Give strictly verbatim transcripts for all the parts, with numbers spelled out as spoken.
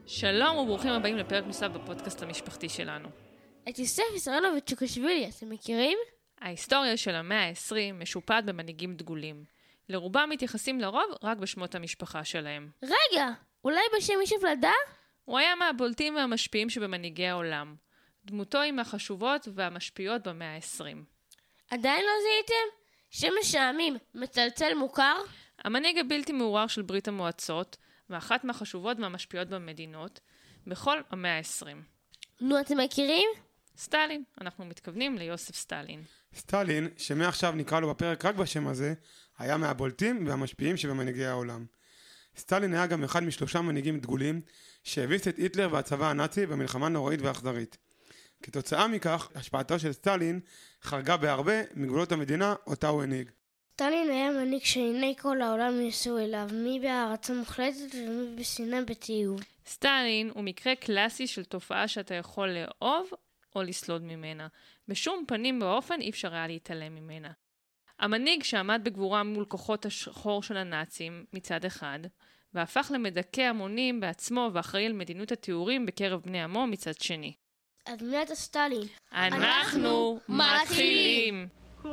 שלום וברוכים הבאים לפרק נוסף בפודקאסט המשפחתי שלנו. את יוסף ישראלוב וצ'וקשווילי, אתם מכירים? ההיסטוריה של המאה ה-עשרים משופעת במנהיגים דגולים. לרובם מתייחסים לרוב רק בשמות המשפחה שלהם. רגע, אולי בשם איש הפלדה? הוא היה מהבולטים והמשפיעים שבמנהיגי העולם. דמותו היא מהחשובות והמשפיעות במאה ה-עשרים. עדיין לא זיהיתם? שם משעמים, מצלצל מוכר? המנהיג הבלתי מעורר של ברית המועצות, ואחת מהחשובות והמשפיעות במדינות, בכל המאה ה-עשרים. נו, אתם מכירים? סטלין. אנחנו מתכוונים ליוסף סטלין. סטלין, שמעכשיו נקרא לו בפרק רק בשם הזה, היה מהבולטים והמשפיעים שבמנהיגי העולם. סטלין היה גם אחד משלושה מנהיגים דגולים, שהביס את היטלר והצבא הנאצי במלחמה נוראית ואכזרית. כתוצאה מכך, השפעתו של סטלין חרגה בהרבה מגבולות המדינה אותה הוא הנהיג. סטלין היה מנהיג שעיני כל העולם ניסו אליו, מי בהערצה מוחלטת ומי בשנאה בתיעוב. סטלין הוא מקרה קלאסי של תופעה שאתה יכול לאהוב או לסלוד ממנה. בשום פנים באופן אי אפשר היה להתעלם ממנה. המנהיג שעמד בגבורה מול כוחות השחור של הנאצים מצד אחד, והפך למדכא המונים בעצמו ואחראי על מדיניות התיאורים בקרב בני עמו מצד שני. אז מי אתה סטלין? אנחנו מתחילים!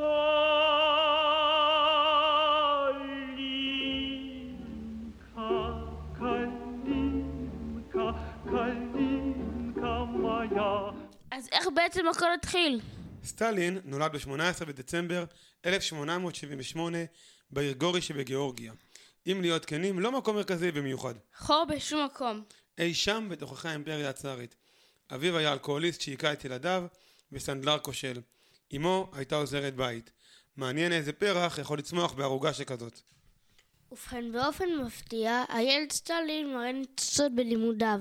אז איך בעצם הכל התחיל? סטלין נולד ב-שמונה עשרה בדצמבר אלף שמונה מאות שבעים ושמונה בעיר גורי שבגיאורגיה. אם להיות כנים, לא מקום מרכזי במיוחד. חור בשום מקום. אי שם בתוככי האימפריה הצארית. אביו היה אלכוהוליסט שהיכה את ילדיו וסנדלר כושל. אמו הייתה עוזרת בית. מעניין איזה פרח יכול לצמוח בערוגה שכזאת. ובכן, באופן מפתיע, הילד סטלין מראה ניצוצות בלימודיו.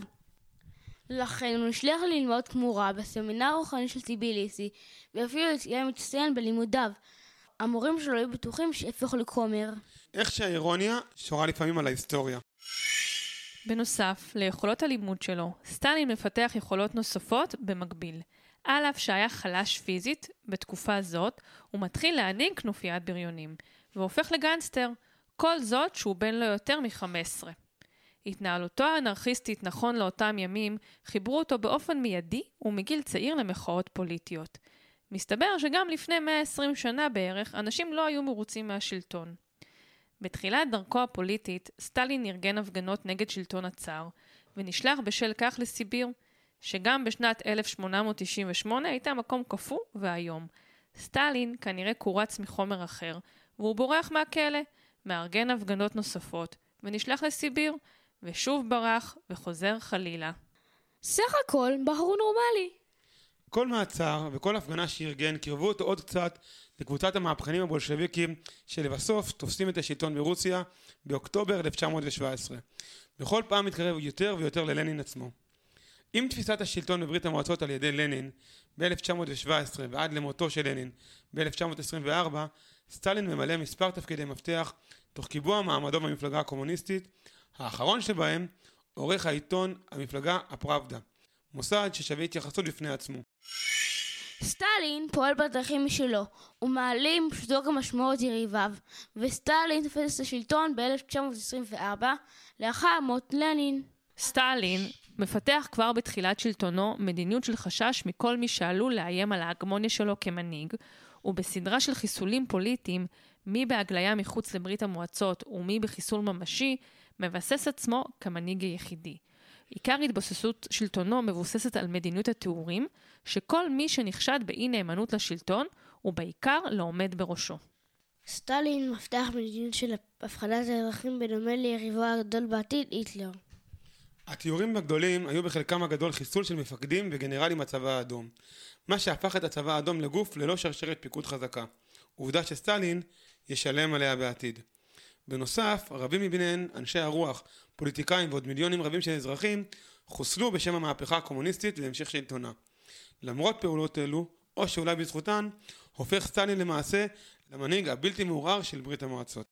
לכן הוא נשלח ללמוד כמורה בסמינר רוחני של טיביליסי, ואפילו היה מצטיין בלימודיו. המורים שלו היו בטוחים שהפך לכומר. איך שהאירוניה שורה לפעמים על ההיסטוריה. בנוסף ליכולות הלימוד שלו, סטלין מפתח יכולות נוספות במקביל. על אף שהיה חלש פיזית, בתקופה זאת הוא מתחיל להנהיג כנופיית בריונים, והופך לגנגסטר, כל זאת שהוא בן לו יותר מ-חמש עשרה. התנהלותו האנרכיסטית נכון לאותם ימים חיברו אותו באופן מיידי ומגיל צעיר למחאות פוליטיות. מסתבר שגם לפני מאה ועשרים שנה בערך אנשים לא היו מרוצים מהשלטון. בתחילת דרכו הפוליטית, סטלין ארגן הפגנות נגד שלטון הצאר, ונשלח בשל כך לסיביר, שגם בשנת אלף שמונה מאות תשעים ושמונה הייתה מקום קפוא והיום. סטלין כנראה קורץ מחומר אחר, והוא בורח מהכלא, מארגן הפגנות נוספות, ונשלח לסיביר, ושוב ברח וחוזר חלילה. סך הכל בחור נורמלי. כל מעצר וכל הפגנה שארגן קרבו אותו עוד קצת לקבוצת המהפכנים הבולשביקים שלבסוף תופסים את השלטון ברוסיה באוקטובר אלף תשע מאות שבע עשרה. בכל פעם מתקרב יותר ויותר ללנין עצמו. עם תפיסת השלטון בברית המועצות על ידי לנין ב-אלף תשע מאות שבע עשרה ועד למותו של לנין ב-אלף תשע מאות עשרים וארבע, סטלין ממלא מספר תפקידי מפתח תוך קיבוע מעמדו במפלגה הקומוניסטית, האחרון שבהם עורך העיתון המפלגה הפראבדה, מוסד ששווה התייחסות בפני עצמו. סטלין פועל בדרכים משלו, ומעלים פשוטו כמשמעות יריביו, וסטלין תופס את השלטון ב-אלף תשע מאות עשרים וארבע, לאחר מות לנין. סטלין מפתח כבר בתחילת שלטונו מדיניות של חשש מכל מי שעלול לאיים על ההגמוניה שלו כמנהיג, ובסדרה של חיסולים פוליטיים, מי בהגליה מחוץ לברית המועצות ומי בחיסול ממשי, מבסס עצמו כמנהיג היחידי. עיקר התבססות שלטונו מבוססת על מדיניות התיאורים, שכל מי שנחשד באי נאמנות לשלטון, הוא בעיקר לא עומד בראשו. סטלין מפתח מדיניות של הפחדת האזרחים בדומה ליריבו הגדול בעתיד, היטלר. התיאורים הגדולים היו בחלקם הגדול חיסול של מפקדים וגנרלים מהצבא האדום, מה שהפך את הצבא האדום לגוף ללא שרשרת פיקוד חזקה, עובדה שסטלין ישלם עליה בעתיד. בנוסף, רבים מביניהם, אנשי הרוח, פוליטיקאים ועוד מיליונים רבים של אזרחים, חוסלו בשם המהפכה הקומוניסטית והמשך שלטונה. למרות פעולות אלו, או שאולי בזכותן, הופך סטלין למעשה למנהיג הבלתי מעורר של ברית המועצות.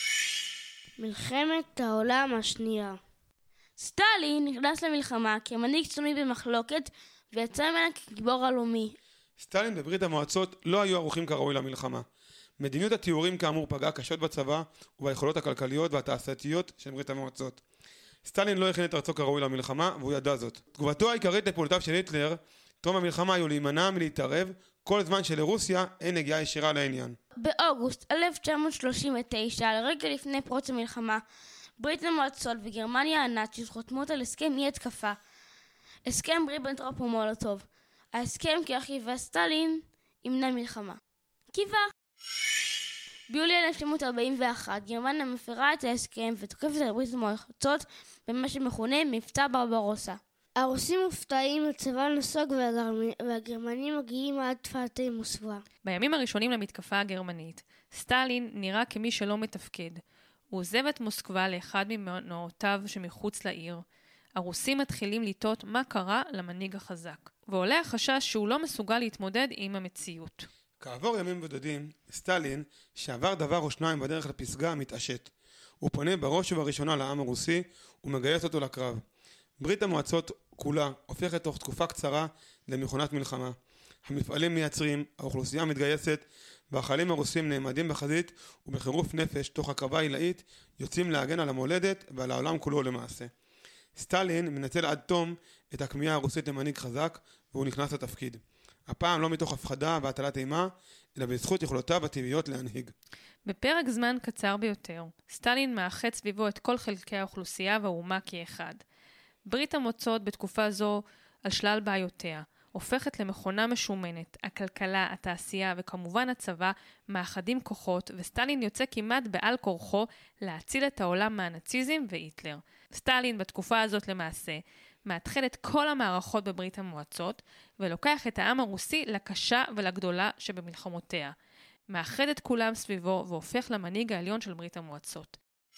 מלחמת העולם השנייה. סטלין נכנס למלחמה כמנהיג קיצוני במחלוקת, ויצא ממנה כגיבור הלאומי. סטלין בברית המועצות לא היו ערוכים כראוי למלחמה. מדיניות התיאורים כאמור פגעה קשות בצבא וביכולות הכלכליות והתעשייתיות של ברית המועצות. סטלין לא הכין את ארצו כראוי למלחמה, והוא ידע זאת. תגובתו העיקרית לפעולותיו של היטלר, תום המלחמה היו להימנע מלהתערב, כל זמן שלרוסיה אין נגיעה ישירה לעניין. באוגוסט אלף תשע מאות שלושים ותשע, לרגע לפני פרוץ המלחמה, ברית המועצות וגרמניה הנאצית חותמות על הסכם אי התקפה. הסכם ריבנטרופ ומולוטוב. ההסכם כי אחיו סטלין ימנע מלחמה. קיווה. ביולי אלף תשע מאות ארבעים ואחת, גרמניה מפרה את ההסכם ותוקפת את ברית המועצות במה שמכונה מבצע ברברוסה. הרוסים מופתעים, הצבא נסוג והגרמנים מגיעים עד תפארתי מוסקבה. בימים הראשונים למתקפה הגרמנית, סטלין נראה כמי שלא מתפקד. הוא עוזב את מוסקבה לאחד ממנועותיו שמחוץ לעיר. הרוסים מתחילים לטעות מה קרה למנהיג החזק, ועולה החשש שהוא לא מסוגל להתמודד עם המציאות. כעבור ימים בודדים, סטלין, שעבר דבר או שניים בדרך לפסגה, מתעשת. הוא פונה בראש ובראשונה לעם הרוסי ומגייס אותו לקרב. ברית המועצות כולה הופכת תוך תקופה קצרה למכונת מלחמה. המפעלים מייצרים, האוכלוסייה מתגייסת, והחיילים הרוסים נעמדים בחזית ובחירוף נפש תוך הקרבה עילאית יוצאים להגן על המולדת ועל העולם כולו למעשה. סטלין מנצל עד תום את הכמיהה הרוסית למנהיג חזק והוא נכנס לתפקיד. הפעם לא מתוך הפחדה והטלת אימה, אלא בזכות יכולותיו הטבעיות להנהיג. בפרק זמן קצר ביותר, סטלין מאחד סביבו את כל חלקי האוכלוסייה והאומה כאחד. ברית המועצות בתקופה זו על שלל בעיותיה, הופכת למכונה משומנת. הכלכלה, התעשייה וכמובן הצבא מאחדים כוחות, וסטלין יוצא כמעט בעל כורחו להציל את העולם מהנאציזם והיטלר. סטלין בתקופה הזאת למעשה מאתחל את כל המערכות בברית המועצות, ולוקח את העם הרוסי לקשה ולגדולה שבמלחמותיה. מאחד את כולם סביבו והופך למנהיג העליון של ברית המועצות.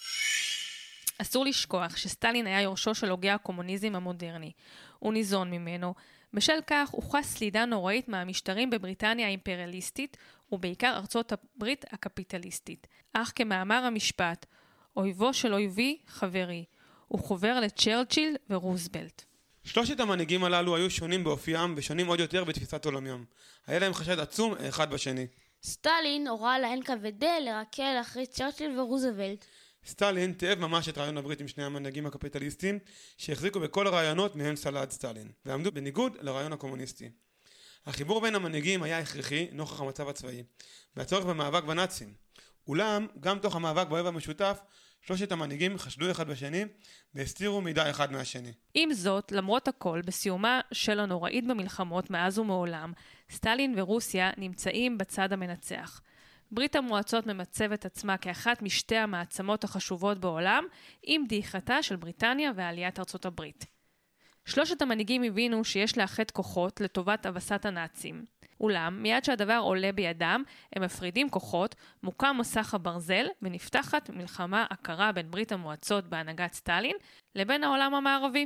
אסור לשכוח שסטלין היה יורשו של הוגה הקומוניזם המודרני. הוא ניזון ממנו. בשל כך הוא חש סלידה נוראית מהמשטרים בבריטניה האימפריאליסטית, ובעיקר ארצות הברית הקפיטליסטית. אך כמאמר המשפט, אויבו של אויבי חברי. הוא חובר לצ'רצ'יל ורוזוולט. שלושת המנהיגים הללו היו שונים באופיים ושונים עוד יותר בתפיסת עולמם. היה להם חשד עצום אחד בשני. סטלין הורה ל-אן קה וי דה לרקל אחרי צ'רצ'יל ורוזוולט. סטלין תאב ממש את רעיון הברית עם שני המנהיגים הקפיטליסטים שהחזיקו בכל הרעיונות מהם סלד סטלין ועמדו בניגוד לרעיון הקומוניסטי. החיבור בין המנהיגים היה הכרחי נוכח המצב הצבאי והצורך במאבק בנאצים. אולם גם תוך המאבק באויב המשותף שלושת המנהיגים חשדו אחד בשני והסתירו מידע אחד מהשני. עם זאת, למרות הכל, בסיומה של הנוראית במלחמות מאז ומעולם, סטלין ורוסיה נמצאים בצד המנצח. ברית המועצות ממצבת עצמה כאחת משתי המעצמות החשובות בעולם, עם דעיכתה של בריטניה ועליית ארצות הברית. שלושת המנהיגים הבינו שיש לאחד כוחות לטובת הבסת הנאצים. אולם, מיד שהדבר עולה בידם, הם מפרידים כוחות, מוקם מסך הברזל, ונפתחת מלחמה עקרה בין ברית המועצות בהנהגת סטלין, לבין העולם המערבי.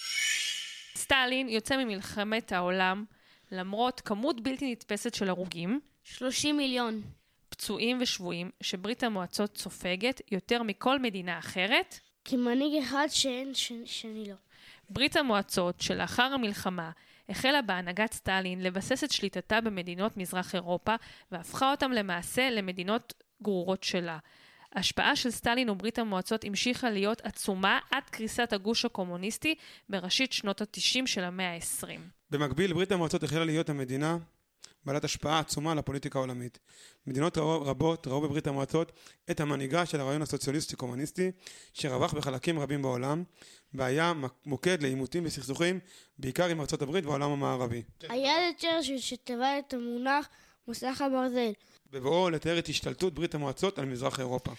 סטלין יוצא ממלחמת העולם, למרות כמות בלתי נתפסת של הרוגים, שלושים מיליון. פצועים ושבויים, שברית המועצות סופגת יותר מכל מדינה אחרת, כמנהיג אחד שאין ש... שני לא. ברית המועצות שלאחר המלחמה החלה בהנהגת סטלין לבסס את שליטתה במדינות מזרח אירופה והפכה אותם למעשה למדינות גרורות שלה. ההשפעה של סטלין וברית המועצות המשיכה להיות עצומה עד קריסת הגוש הקומוניסטי בראשית שנות ה-תשעים של המאה ה-עשרים. במקביל, ברית המועצות החלה להיות המדינה בעלת השפעה עצומה על הפוליטיקה העולמית. מדינות רבות ראו בברית המועצות את המנהיגה של הרעיון הסוציאליסטי-קומוניסטי שרווח בחלקים רבים בעולם, והיה מוקד לעימותים וסכסוכים, בעיקר עם ארצות הברית והעולם המערבי. היה זה צ'רצ'יל שטבע את המונח מסך הברזל, בבואו לתאר את השתלטות ברית המועצות על מזרח אירופה.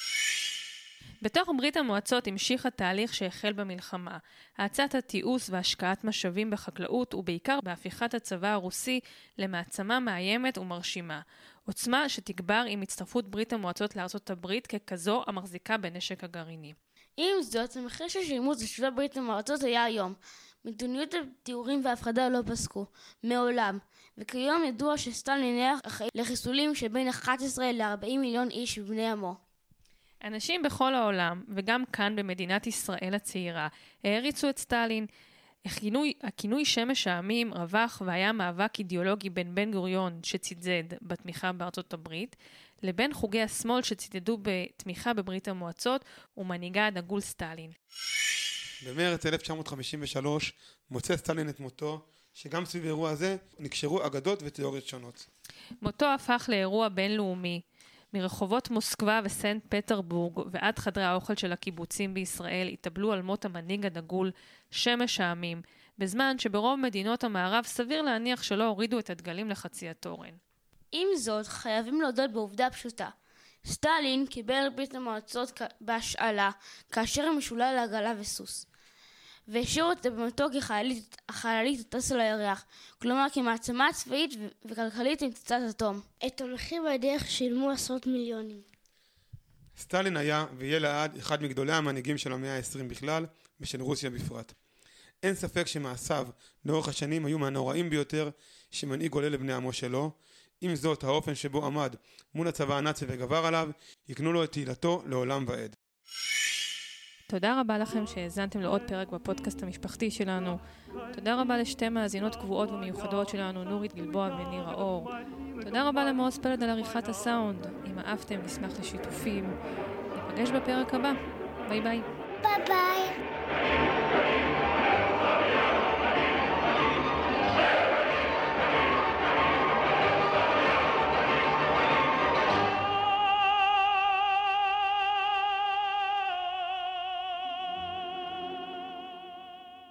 בתוך ברית המועצות המשיך התהליך שהחל במלחמה, האצת התיעוש והשקעת משאבים בחקלאות ובעיקר בהפיכת הצבא הרוסי למעצמה מאיימת ומרשימה, עוצמה שתגבר עם הצטרפות ברית המועצות לארצות הברית ככזו המחזיקה בנשק הגרעיני. עם זאת, המחיר של אימוץ תושבי ברית המועצות היה היום. מדיניות התיאורים וההפחדה לא פסקו, מעולם, וכיום ידוע שסטלין נערך אחראי לחיסולים שבין אחת עשרה ל-ארבעים מיליון איש בבני עמו. אנשים בכל העולם, וגם כאן במדינת ישראל הצעירה, העריצו את סטלין. הכינוי, הכינוי שמש העמים רווח והיה מאבק אידיאולוגי בין בן גוריון שצידד בתמיכה בארצות הברית, לבין חוגי השמאל שצידדו בתמיכה בברית המועצות ומנהיגה הדגול סטלין. במרץ אלף תשע מאות חמישים ושלוש מוצא סטלין את מותו, שגם סביב האירוע הזה נקשרו אגדות ותיאוריות שונות. מותו הפך לאירוע בינלאומי. מרחובות מוסקבה וסנט פטרבורג ועד חדרי האוכל של הקיבוצים בישראל התאבלו על מות המנהיג הדגול שמש העמים, בזמן שברוב מדינות המערב סביר להניח שלא הורידו את הדגלים לחצי התורן. עם זאת, חייבים להודות בעובדה פשוטה. סטלין קיבל ברית המועצות בהשאלה, כאשר היא משולה לעגלה וסוס, והשאיר אותה במותו כחללית הטס על הירח, כלומר כמעצמה צבאית וכלכלית עם פצצת אטום. את המחיר בדרך שילמו עשרות מיליונים. סטלין היה ויהיה לעד אחד מגדולי המנהיגים של המאה ה-עשרים בכלל ושל רוסיה בפרט. אין ספק שמעשיו לאורך השנים היו מהנוראים ביותר שמנהיג עולה לבני עמו שלו. עם זאת, האופן שבו עמד מול הצבא הנאצי וגבר עליו, יקנו לו את תהילתו לעולם ועד. תודה רבה לכם שהאזנתם לעוד פרק בפודקאסט המשפחתי שלנו. תודה רבה לשתי מאזינות קבועות ומיוחדות שלנו, נורית גלבוע ונירה אור. תודה רבה למעוז פלד על עריכת הסאונד. אם אהבתם, נשמח לשיתופים. ניפגש בפרק הבא. ביי ביי. ביי ביי.